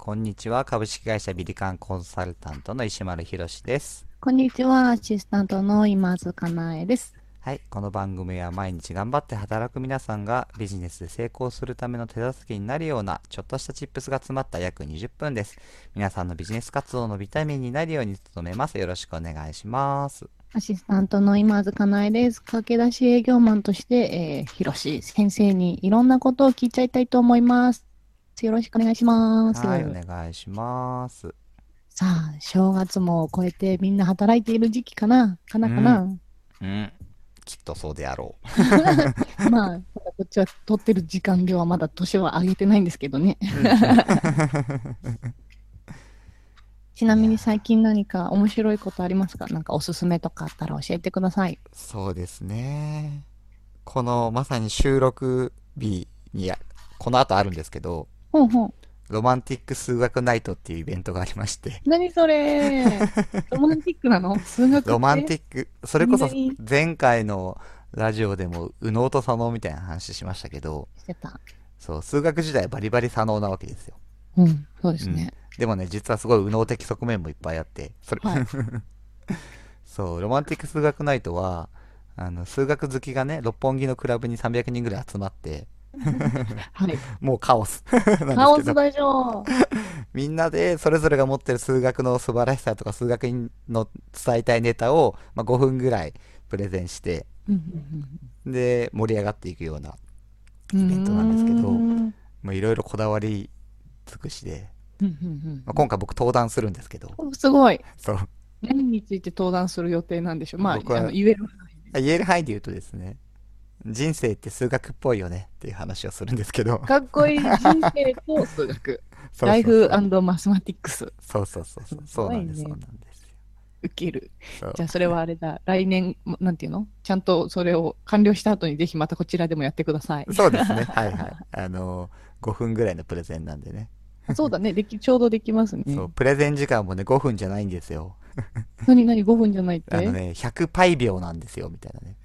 こんにちは。株式会社ビリカンコンサルタントの石丸博です。 こんにちは、アシスタントの今津かなえです。 はい。この番組は毎日頑張って働く皆さんがビジネスで成功するための手助けになるようなちょっとしたチップスが詰まった約20分です。皆さんのビジネス活動のビタミンになるように努めます。よろしくお願いします。 アシスタントの今津かなえです。駆け出し営業マンとして、ひろし先生にいろんなことを聞いちゃいたいと思います。よろしくお願いします。 はい。お願いします。 さあ、正月も超えてみんな働いている時期かなかうん。 なかな。 うん。きっとそうであろう。 まあ、ただこっちは取ってる時間ではまだ年は上げてないんですけどね。 うん。 ちいやなみに最近何か面白いことありますか？なんかおすすめとかあったら教えてください。 そうですね。このまさに収録日にこの後あるんですけど、 ほうほう。 ロマンティック数学ナイトっていうイベントがありまして、 何それ？ロマンティックなの？数学っロマンて？ ティック、それこそ何々 前回のラジオでも右脳と左脳みたいな話しましたけど、 してた。 そう、数学時代はバリバリ左脳なわけですよ。 うん、そうでうん。 すね。 でもね、実はすごい右脳的側面もいっぱいあって、 はい。 そう、ロマンティック数学ナイトは、数学好きがね、六本木のクラブに300人ぐらい集まって、 はい。 もうカオスなんですけど、 カオスでしょみんなでそれぞれが持ってる数学の素晴らしさとか数学の伝えたいネタを、まあ、5分ぐらいプレゼンして、 う。うんで、盛り上がっていくようなうんうイベントなんですけど、 ん。うーん。 いろいろこだわり尽くしで、 うんうんまあ、 うん今回僕登壇するんですけど、 うん。すごい。 そう、 何について登壇する予定なんでしょう。まあ、 僕は、 言える範囲で。 言える範囲で言うとですね、人生って数学っぽいよねっていう話をするんですけど、 かっこいい人生と数学。 そうライフそうそう。 マスマティックス。 そうそうそうすそう。そうなんです、そうごいね。 なんですよ。 受ける。 そう。 じゃあ、それはあれだ。来年、なんていうの？ちゃんとそれを完了した後にぜひまたこちらでもやってください。 そうですね。はいはい。5分ぐらいのプレゼンなんでね。 あ、そうだね。ちょうどできますそう、 ね。 プレゼン時間もね、5分じゃないんですよ。 5分じゃないって？ 100パイ秒なんですよ、みたいなね。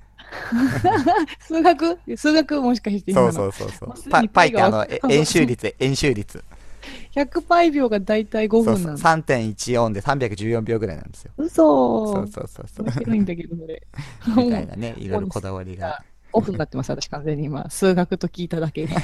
数学もしかしてそう今の。 そうそうそう。 もうすでにパイパイがわかってんない。 円周率。 100パイ秒がだいたい5 そうそう。 分なんだ。 3.14で314秒ぐらいなんですよ。そう嘘。 そうそうそう。 面白いんだけど、それ。 みたもう、 いなね、いろいもうろこだわりが。 オフになってます、私完全に今。数学と聞いただけで。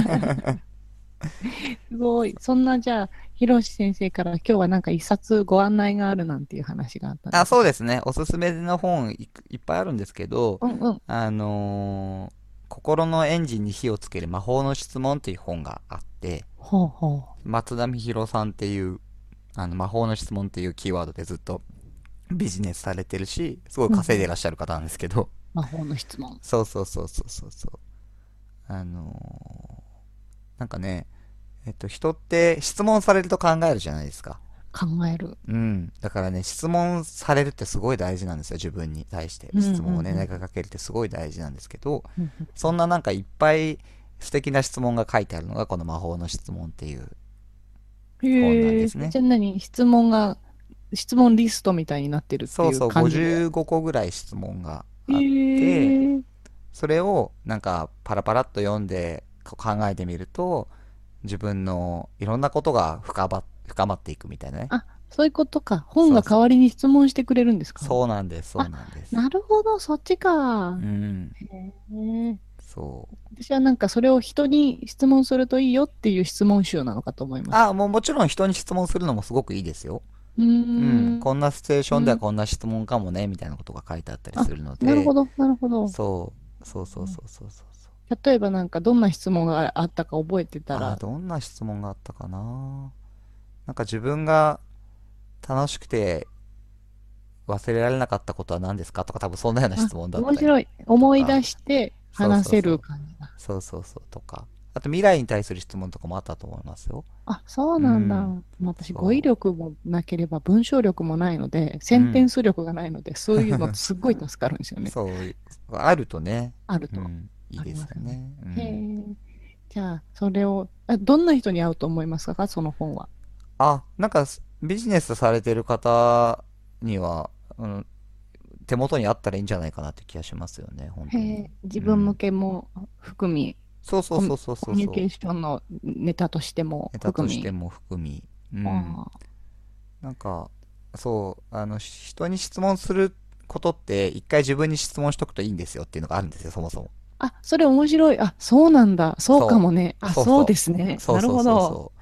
すごい。そんな、じゃあ、ひろし先生から今日はなんか一冊ご案内があるなんていう話があったんあ、 ですが。 そうですね。おすすめの本いっぱいあるんですけど、 うんうん。 心のエンジンに火をつける魔法の質問っていう本があって、 ほうほ松田美弘さんっていう、魔法の質問っていうキーワードでずっとビジネスされてるし、すごいう。うんうん。 稼いでらっしゃる方なんですけど、 魔法の質問。 そうそうそうそうそうそう。あのなんかね、人って質問されると考えるじゃないですか。 考える。 うん。だからね、質問されるってすごい大事なんですよ、自分に対して。 うんうん質問をね、投うん。 げかけるってすごい大事なんですけど、 うんうんそんななんかいっぱい素敵な質問が書いてあるのがこの魔法の質問っていう本なんへえ、 ですね。 じゃあ何？質問リストみたいになってるっていうそうそう、 感じで。 55個ぐらい質問がへあって、 え、 それをなんかパラパラっと読んで考えてみると、自分のいろんなことが深まっていくみたいなね。 あ、そういうことか。本そうそう。 が代わりに質問してくれるんですか？ そうなんです、そうあ、 なんです。 なるほど、そっちか。 うん。 へえ。 そう。 私はなんかそれを人に質問するといいよっていう質問集なのかと思いましあ、 た。 もちろん人に質問するのもすごくいいですよ。 うーうん。 ん。 こんなシチュエーションではうん。 こんな質問かもね、みたいなことが書いてあったりあ、 するので、 なるほど、なるほど。 そう。そうそううん。 そうそうそうそう。 例えばなんかどんな質問があったか覚えてたら。 どんな質問があったかな。なんか自分が楽しくて忘れられなかったことは何ですかとか多分そんなようなあ、 質問だったり面白い。 とか、 思い出してそう話せるそうそう。 感じだ。 そうそうそうとか。あと未来に対する質問とかもあったと思いますよ。 あ、そううなんだ。 ん。 もう私、語彙そ力もなければ文章力もないので、 う。うセンテンん。 ス力がないので、そういうのすっごい助かるんですよね。 そう、あるとね、 あると。 うん、いいあですりますよね。 よね。うへん。 え。じゃあ、それを、どんな人に会うと思いますか、その本は。 なんかビジネスされてる方には、うん、手元にあったらいいんじゃないかなって気がしますよね、本当に。 へえ、自分向うん。 けも含み。 そうそうそうそうコミュニケそうそう。 ーションのネタとしてもネタと含み。 しても含み。うん。 あなんか、そう、人に質問することって、一回自分に質問しとくといいんですよっていうのがあるんですよ、そもそも。 あ、それ面白い。あ、そうなんだ。そうかそもね。 う。 あ、そうでそうそすね。 う。そうなるそうほど。 そうそう。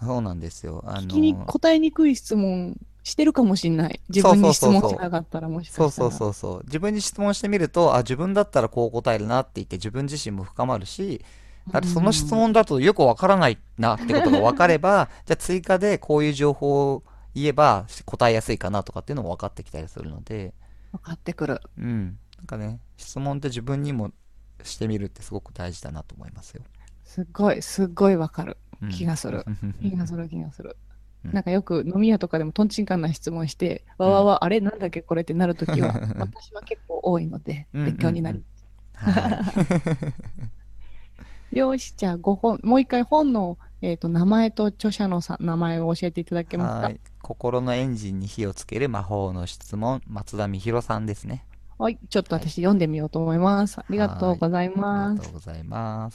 そうなんですよ。 答えにくい質問してるかもしんない。自分にそうそう質問しそうそう。 なかったらもしかそうそうしたら。 そうそう。自分に質問してみると、あ、自分だったらこう答えるなって言って自分自身も深まるし、 うあれ、その質ん。 問だとよくわからないなってことが分かれば、じゃあ追加でこういう情報を言えば答えやすいかなとかっていうのも分かってきたりするので、 分かってくる。 うん。なんかね、質問って自分にもしてみるってすごく大事だなと思いますよ。 すっごいわかる。 うん。 気がする。気がする、気がする。 うん。 なんかよく飲み屋とかでもトンチンカンな質問して、わうん。 わわ、あれなんだっけこれってなるときは、私は結構多いので、 うんうん勉強になりうん。はい。 よし、じゃあもう一回本の、名前と著者の名前を教えていただけますか？ はい。心のエンジンに火をつける魔法の質問、松田美弘さんですね。 はい、ちょっとはい。 私読んでみようと思います。ありがとはい。 うございありがます。 とうございます。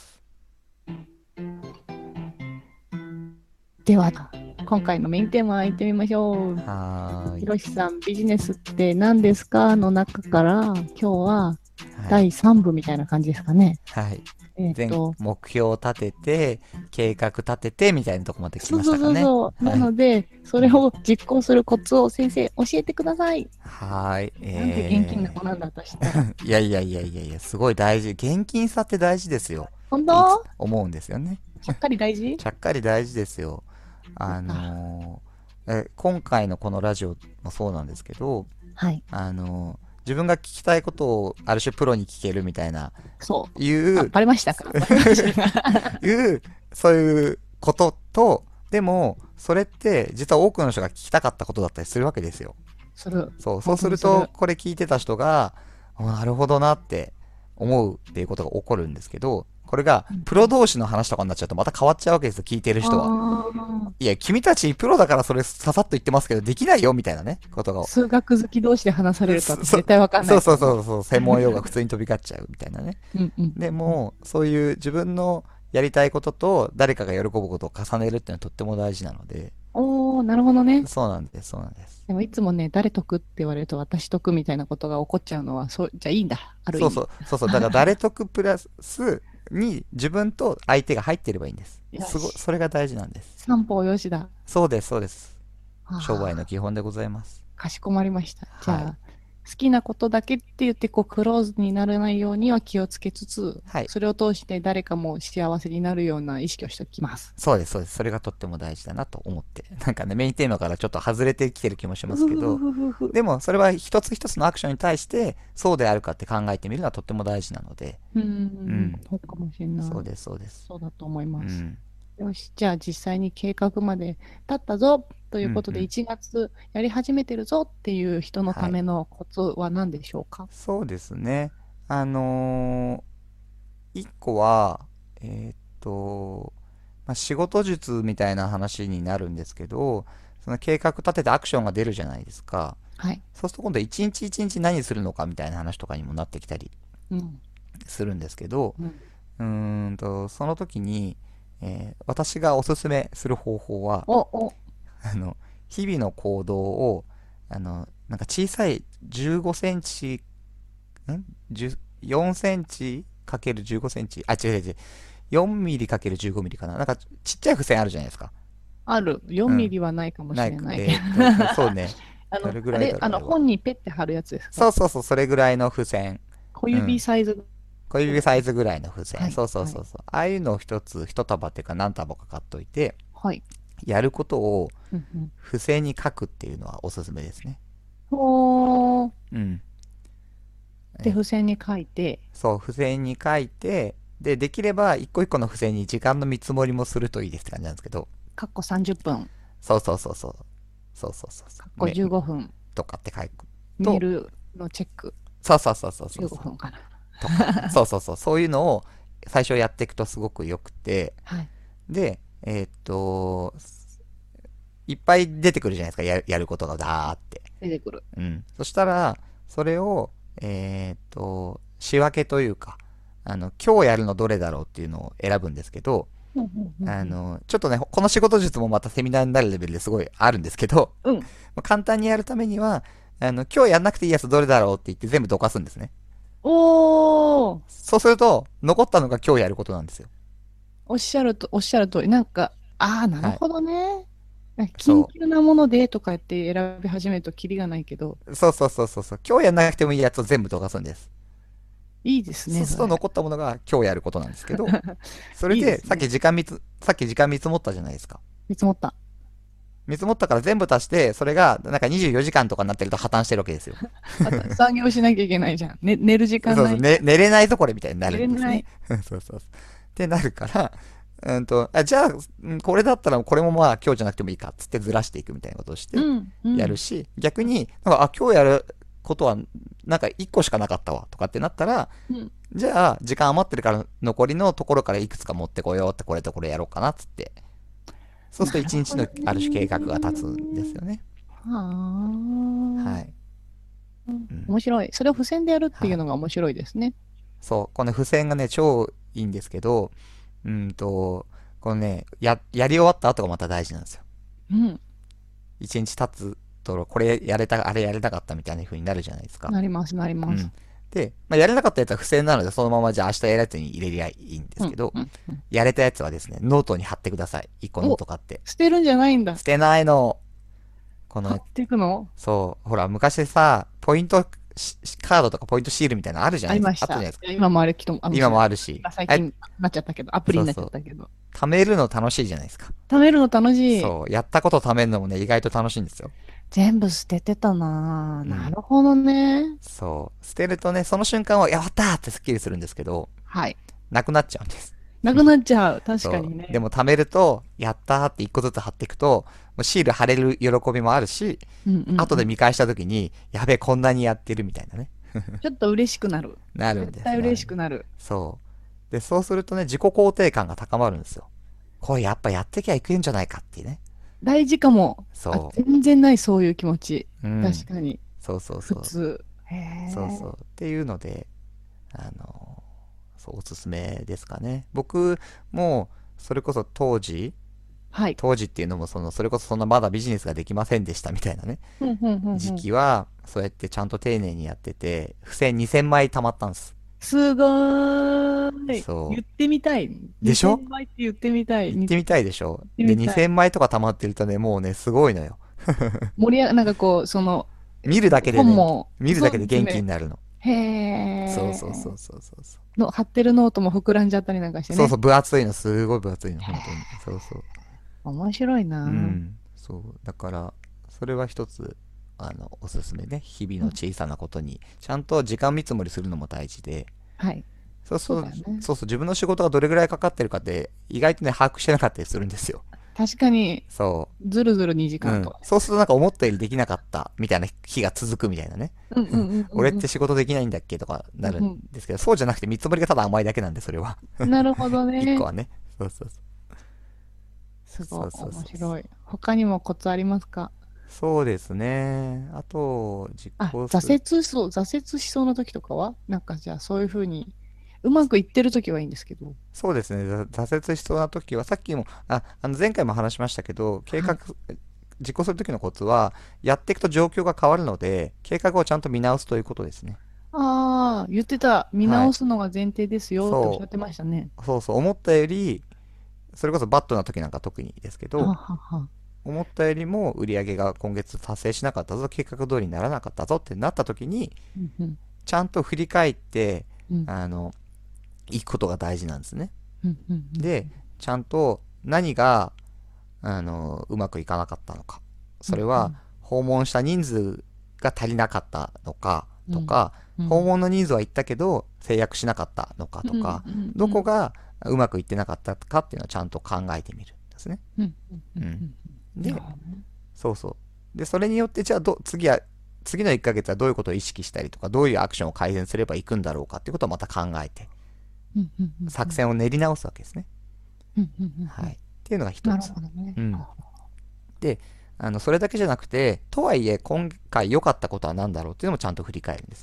では、今回のメインテーマ行ってみましょう。 はーい。 ひろしさん、ビジネスって何ですかの中から、今日ははい。 第3部みたいな感じですかね。 はい。 えっと、 目標を立てて、計画立てて、みたいなとこまで来ましそうそうたかね。 そうそう。なはい。 ので、そうん。 れを実行するコツを先生教えてください。 はーい。 なんて現金な子なんだ、私ったら。 いやいやいやいやいや、すごい大事。現金さって大事ですよ。っていつ本当思うんですよね。 ちゃっかり大事。 ちゃっかり大事ですよ。 そっか。 今回のこのラジオもそうなんですけど、 はい。 自分が聞きたいことをある種プロに聞けるみたいな、 そう。あ、 いう、 バレましたか？バレましたか？ いう、そういうことと、でも、それって実は多くの人が聞きたかったことだったりするわけですよ。 する。 そう、そう本当すると、 にする。 これ聞いてた人が、なるほどなって思うっていうことが起こるんですけど、これが、プロうんうん。 同士の話とかになっちゃうとまた変わっちゃうわけですよ、聞いてる人は。 ああ、 いや、君たちプロだからそれささっと言ってますけど、できないよ、みたいなね、ことが。 数学好き同士で話されるとそ、そ私絶対わかんなそうそういと思う。 そうそう、専門用語が普通に飛び交っちゃうみたいなね。 うんうんうん。 でも、そういう自分のやりたいことと誰かが喜ぶことを重ねるっていうのはとっても大事なので、 おー、なるほどね。 そうなんです、そうなんです。 でもいつもね、誰得って言われると私得みたいなことが起こっちゃうのは、じゃあいいんだ。ある意味。 そうそう、そうそう、だから誰得プラスに自分と相手が入ってればいいんです。すごい、 よし。 それが大事なんです。 三方よしだ。 そうです、そうです。商売のああ、 基本でございます。 かしこまりました。じはい。 ゃあ、好きなことだけって言って、こう、クローズにならないようには気をつけつつ、 はい。 それを通して誰かも幸せになるような意識をしておきます。 そうです、そうです。それがとっても大事だなと思って。なんかね、メインテーマからちょっと外れてきてる気もしうふますけど、 ふふふふ。 でもそれは一つ一つのアクションに対してそうであるかって考えてみるのはとっても大事なので、 うーん、 うん。 そうかもしれない。 そうです、そうです。 そうだと思います。 うん。 よし、じゃあ実際に計画まで立ったぞということで、 うんうん。 1月やり始めてるぞっていう人のはい。 ためのコツは何でしょうか？ そうですね。一個は、えーっと、まあ、仕事術みたいな話になるんですけど、その計画立ててアクションが出るじゃないですか。 はい。 そうすると今度一日一日何するのかみたいな話とかにもなってきたりうん。 するんですけど、 うん。 その時に、私がおすすめする方法は、 お、 あの、日々の行動を、なんか小さい15センチ、4センチかける15センチ、あ、違う違う違う、4ミリかける15ミリかな。なんかちっちゃい付箋あるじゃないですか。 ある。4ミうん。 リはないかもしないか、 れない。 そうね。どれぐらいだろう、あれは。 本にペッて貼るやつですか？ そうそうそう、それぐらいの付箋。 小うん。 指サイズ小ぐらい。 指サイズぐらいの付箋。 はい。 そうそうはい。 そうそう。ああいうのを一つ、一束っていうか何束か買っといて、 はい。 やることをうんうん。 付箋に書くっていうのはおすすめですね。 ほー。 うん。 で、 え、 付箋に書いて、 そう、付箋に書いて、で、できれば一個一個の付箋に時間の見積もりもするといいですって感じなんですけど、 かっこ30分、 そうそうそうそう。そうそうそうそう。 かっこ15分、 とかって書くと、 メールのチェックそうそうそうそうそう 15 そう。 分かな。 とか、そうそうそう。そういうのを最初やっていくとすごく良くて、 はい。 で、いっぱい出てくるじゃないですか。やることがダーって。 出てくる。 うん。そしたら、それを、仕分けというか、 今日やるのどれだろうっていうのを選ぶんですけど、 うんうんうんちょっとね、この仕事術もまたセミナーになるレベルですごいあるんですけど、 うん。 まあ簡単にやるためには、今日やんなくていいやつどれだろうって言って全部どかすんですね。 おー、 そうすると、残ったのが今日やることなんですよ。 おっしゃる通り。なんか、なるはい。 ほどね。なんか緊そ急なものでとか言って選び始めるとキリがないけど、 う。そうそうそうそうそう。今日やんなくてもいいやつを全部どかすんです。 いいですね、 そうするとそれ。 残ったものが今日やることなんですけど、それで、 いいですね。 さっき時間見積もったじゃないですか。 見積もった。 見積もったから全部足して、それがなんか24時間とかになってると破綻してるわけですよ。 あと、残業しなきゃいけないじゃん。寝る時そうそう、 間ないじゃん。 寝れないぞこれみたいにな寝るんですね。 れない。 そうそうそう。ってなるから、じゃあ、これだったらこれもまあ今日じゃなくてもいいかっつってずらしていくみたいなことをしてうん、うん。 やるし、逆に、今日やることはなんか1個しかなかったわとかってなったら、 うん。 じゃあ時間余ってるから残りのところからいくつか持ってこようってこれとこれやろうかなっつって。そうすると1 なるほど日のある種計画が立つんですね。 よね。 はあ。 はい。うん。 面白い。それを付箋でやるってはい。 いうのが面白いですね。 そう、この付箋がね、超いいんですけど、このね、やり終わった後がまた大事なんですよ。 うん。 一日経つと、これやれた、あれやれなかったみたいな風になるじゃないですか。 なります、なります。 うん。で、まあ、やれなかったやつは付箋なので、そのままじゃあ明日やるやつに入れりゃいいんでうん、 すけど、 うん、うん。 やれたやつはですね、ノートに貼ってください。一個ノーお、 ト買って。 捨てるんじゃないんだ。 捨てないの。この、 貼っていくの？ そう、ほら、昔さ、ポイントカードとかポイントシールみたいなのあるじゃあないですか。 りました。 あったじゃないですか。 今もあれ、きっと、 今もあるし。あれ、 最近なっちゃったけど、アプリになっちゃそうそう。 ったけど。 貯めるの楽しいじゃないですか。 貯めるの楽しい。 そう、やったこと貯めるのもね、意外と楽しいんですよ。 全部捨ててたなぁ。 うん。 なるほどね。 そう。捨てるとね、その瞬間は、やったーってスッキリするんですけど、 はい。 なくなっちゃうんです。 なくなっちゃう。確かそう。でにね。 も貯めると、やったーって一個ずつ貼っていくと、もうシール貼れる喜びもあるし、 うんうんうん。 後で見返した時に、やべえ、こんなにやってるみたいなね。 ちょっと嬉しくなる。 なるんです、 絶対嬉なるんです。 しくなる。 そう。で、そうするとね、自己肯定感が高まるんですよ。これやっぱやってきゃいくんじゃないかっていうね。 大事かも。 そ全然ない、そういう気持ち。 う。うん。 確かに。 そうそうそう。 普通。へえ。 そうそう。っていうので、あの、そう、おすすめですかね。僕も、それこそはい。 当時っていうのも、それこそそんなまだビジネスができませんでしたみたいなね、 うんうんうん時うん。 期は、そうやってちゃんと丁寧にやってて、付箋2000枚貯まったんです。 すごーい。 そ言ってみたい。 う。でしょ？ 2000倍って言ってみたい。言っ行ってみたいでしょ？ てで、 みたい。 2000枚とか貯まってるとね、もうね、すごいのよ。 なんかこう、 見るだけでね、 本も、 見るだそけで元気にうですね。 なるの。 へそうそうそえ。 うそうそうそう。 貼ってるノートも膨らんじゃったりなんかしてね。 そうそう、分厚いの、すごい分厚いの、 へ本当に。 え。 そうそう。 面白いな。 うん。そう。だから、それは一つ、おすすめね。日々のうん。 小さなことに、ちゃんと時間見積もりするのも大事で、 はい。そうだよね。 そうそう、自分の仕事がどれぐらいかかってるかって、意外とね、把握してなかったりするんですよ。 確かに、 そずるずる2 う。う時間とん。 かね。 そうするとなんか思ったよりできなかった、みたいな日が続くみたいなね。 うんうんうんうんうん。 俺って仕事できないんだっけとかなるんうんですけど、そうじゃなくて見積もりがただ甘いだけなんで、それは。 うん。なるほどね。 一個はね。そうそうそう。 すごい、 そうそうそうそう。 面白い。他にもコツありますか？ そうですね。あと、実行する。 挫折しそうな時とかはなんかじゃあそういうふうに、うまくいってる時はいいんですけど。 そうですね。挫折しそうな時は、さっきも、前回も話しましたけど、 はい。 実行する時のコツは、やっていくと状況が変わるので、計画をちゃんと見直すということですね。 ああ、言ってた。見はい。 直すのが前提ですよっておっしゃってましたね。 そうそう、思ったより、それこそバットな時なんか特にですけはど、 はは。 思ったよりも売り上げが今月達成しなかったぞ、計画通りにならなかったぞってなった時に、 うんうんちゃんと振り返って、 うんあの、行くことが大事なんですね。 うんうんうん。 で、ちゃんと何が、うまくいかなかったのか。それは、訪問した人数が足りなかったのかうんとか、訪うん問の人数は行ったけど制約しなかったのかうんうんとか、 うんうんどこがうまくいってなかったかっていうのをちゃんと考えてみるんですね。 うんうんううん。 んうん。なるで、 ほどね。 そうそう。で、それによって、じゃあ次の1ヶ月はどういうことを意識したりとか、どういうアクションを改善すればいくんだろうかっていうことをまた考えて、 うんうんうんうん作戦を練り直すわけですね。 うんうんうんうん。 はい。っていうのが一なるつ。 ほどね。 うん。で、それだけじゃなくて、とはいえ、今回良かったことは何だろうっていうのもちゃんと振り返るんですね。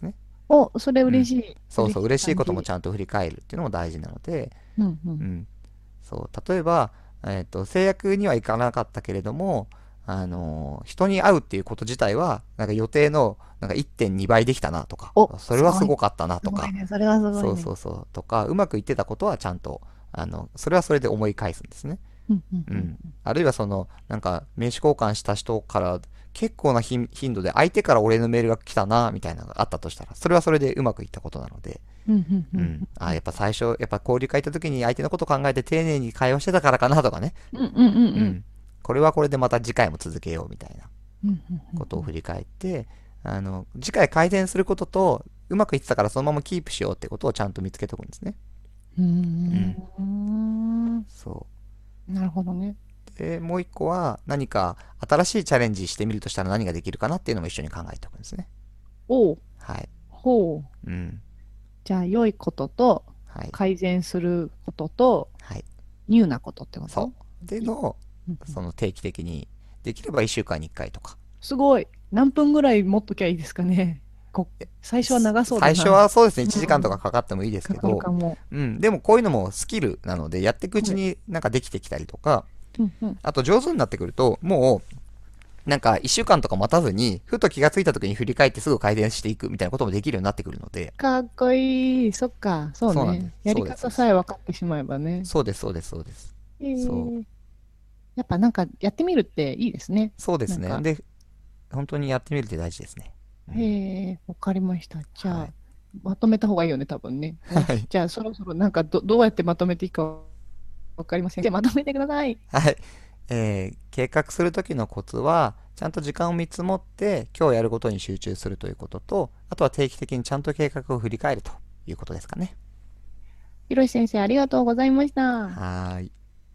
お、それうん。 嬉しい。 そうそう、嬉しいことも感じ。 ちゃんと振り返るっていうのも大事なので、 うんうん。 うん。そう、例えば、制約にはいかなかったけれども、人に会うっていうこと自体は、なんか予定の、なんか1.2倍できたなとか、 お、 それすごい。 はすごかったなとか、 すごいね。それはすごいね。 そうそうそう、とか、うまくいってたことはちゃんと、それはそれで思い返すんですね。 うんうんうん。 うん。あるいはなんか、名刺交換した人から、結構な頻度で相手から俺のメールが来たな、みたいなのがあったとしたら、それはそれでうまくいったことなので、 うんうんうんうん。あ、やっぱ最初、やっぱ交流会行った時に相手のこと考えて丁寧に会話してたからかなとかね。 うんうんうんうんうん。これはこれでまた次回も続けようみたいなうんうんことを振り返って、次回改善することと、うまくいってたからそのままキープしようってことをちゃんと見つけておくんですね。 ううん。 ん。うーん。 そなるほどね。 う。で、もう一個は何か新しいチャレンジしてみるとしたら何ができるかなっていうのも一緒に考えておくんですね。 おう。 はい。 ほう。 うん。 じゃあ、良いことと、 はい。 改善することと、 はい。 ニューなことってこと？ そう。っていういのを、 うんうん。 定期的に、できれば1週間に1回とか、 すごい。何分ぐらい持っときゃいいですかね。最初は長そうだ最初な。 はそうですね、1時間とかうん。 かかってもいいですかかるけど、 かも。 うん、でもこういうのもスキルなので、やっていくうはい。 ちになんかできてきたりとか、 うんうん。 あと上手になってくると、もう、なんか1週間とか待たずに、ふと気がついた時に振り返ってすぐ改善していくみたいなこともできるようになってくるので、 かっこいい。そっか。そうね。 そうなんです。 やりそうです。 方さえ分かってしまえばね。 そうです、そうです、そうです。 えそう。 ー、やっぱなんかやってみるっていいですね。 そうですね。 なんか、 で、本当にやってみるって大事ですね。うん。 へえ、わかりました。じゃあ、 はい。 まとめた方がいいよね、多分ね。よし。 はい。 じゃあ、そろそろなんかどうやってまとめていいかわかりません。じゃあ、まとめてください。 はい。計画するときのコツは、ちゃんと時間を見積もって、今日やることに集中するということと、あとは定期的にちゃんと計画を振り返るということですかね。 ひろし先生、ありがとうございました。 はーい。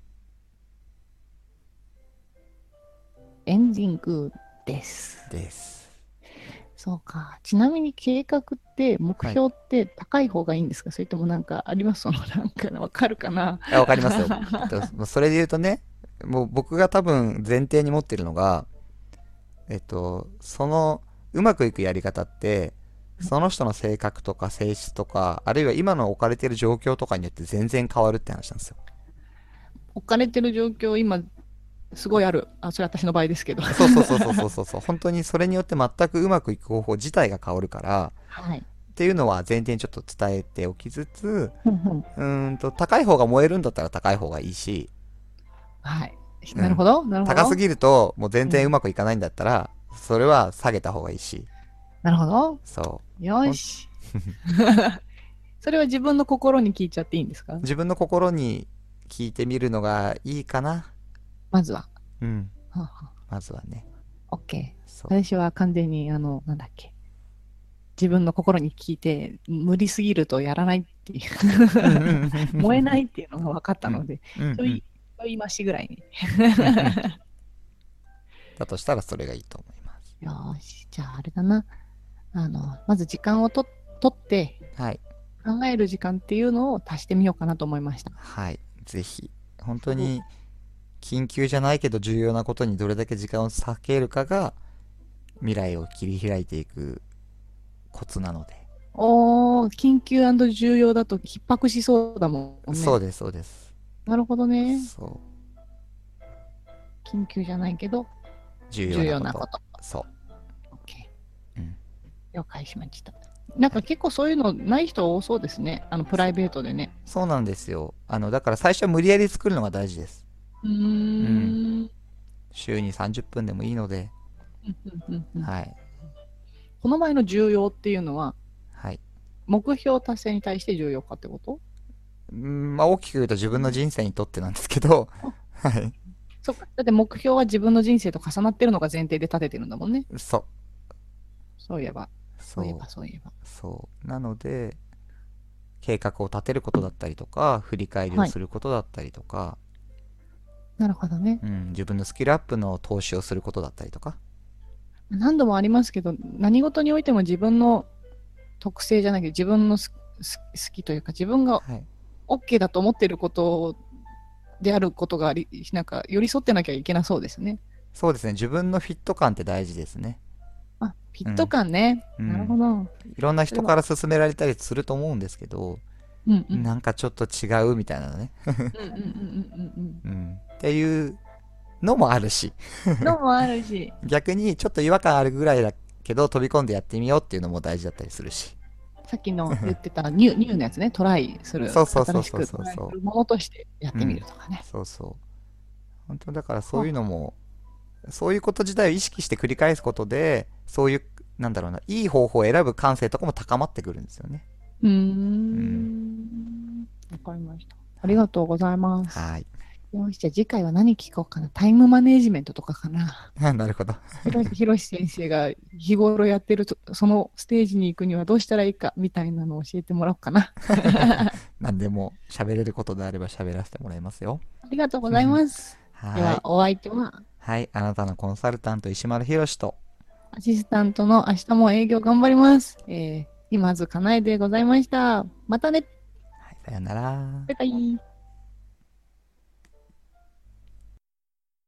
エンディングです。 です。 そうか。ちなみに計画って目はい。 標って高い方がいいんですか？それともなんかあります？なんかわかるかな？ あ、わかりますよ。それで言うとね、もう僕が多分前提に持ってるのが、うまくいくやり方って、その人の性格とか性質とか、あるいは今の置かれている状況とかによって全然変わるって話なんですよ。 置かれてる状況、今すごいある。あ、それ私の場合ですけど。 そうそうそうそうそうそうそう。本当にそれによって全くうまくいく方法自体が変わるから、 はい。 っていうのは前提にちょっと伝えておきつつ、 うんうん。 高い方が燃えるんだったら高い方がいいし、 はい。 うん。 なるほど、なるほど。 高すぎるともう全然ううん。 まくいかないんだったら、それは下げた方がいいし、 なるほど。 そう。 よし。それは自分の心に聞いちゃっていいんですか？ 自分の心に聞いてみるのがいいかな。 まずは。 うん。 はあはまずはね。 あ、OK。 そう。 私は完全に、なんだっけ。自分の心に聞いて、無理すぎるとやらないっていううんうんうんう燃えなんいっていうのが分かったうん。 ので、 うんうん。 ちょい、ちょい増しぐらいに。 うんうん。だとしたらそれがいいと思います。 よーし。じゃあ、あれだな。まず時間をとってはい。 考える時間っていうのを足してみようかなと思いました。 はい。ぜひ。本当そう。 に緊急じゃないけど重要なことにどれだけ時間を割けるかが未来を切り開いていくコツなので。 おー、緊急重要だと逼迫しそうだもんね。 そうです、そうです。 なるほどね。 そう。 緊急じゃないけど、 重要重なこと。 要なこと。 そ OK。 う。うん。 了解しました。なんはい。 か結構そういうのない人多そうですね。プライベートでね。 そうなんですよ。だから最初は無理やり作るのが大事です。 うーうん。 ん。 週に30分でもいいので、 うんうんうんうん。 はい。 この前の重要っていうのは、 はい。 目標達成に対して重要かってこと？ まあ大きく言うと自分の人生にとってなんですけど、 あ、 はい。 そっか。だって目標は自分の人生と重なってるのが前提で立ててるんだもんね。 そう。 そういえば。そういえば、 そう。 そういえば。 そう。なので、計画を立てることだったりとか、振り返りをはい。 することだったりとか、 なるほどね。 うん、自分のスキルアップの投資をすることだったりとか、 何度もありますけど、何事においても自分の特性じゃなくて、自分の好きというか、自分がはい。 OK だと思っていることであることがなんか寄り添ってなきゃいけなそうですね。 そうですね。自分のフィット感って大事ですね。 あ、 フィット感ね。なるほど。 いろんな人から勧められたりすると思うんですけど、 うんうん。 なんかちょっと違うみたいなのね。 うんうんうんうんうんっていうのもあるし、 うん。のもあるし。 逆にちょっと違和感あるぐらいだけど飛び込んでやってみようっていうのも大事だったりするし。 さっきの言ってたニューのやつね、トライする、 そうそうそう新しそうくトライすそうそるものとしてやっう。 てみるとかね。 そうそう。本当だからそういうのも、そういうこと自体を意識して繰り返すことで、そういう、なんだろうな、いい方法を選ぶ感性とかも高まってくるんですよね。 うーうん。 ん。わかりました。ありはい。 がとうございます。 はい。 よし、じゃあ次回は何聞こうかな。タイムマネージメントとかかな。 なるほど。 ひろし先生が日頃やってるそのステージに行くにはどうしたらいいかみたいなのを教えてもらおうかな。 何でも喋れることであれば喋らせてもらいますよ。 ありがとうございます。では、 はい。 お相手ははい。あなたのコンサルタント石丸ひろしと、 アシスタントの明日も営業頑張ります。今津かなえでございました。またね。 はい、さよなら。 バイバイ。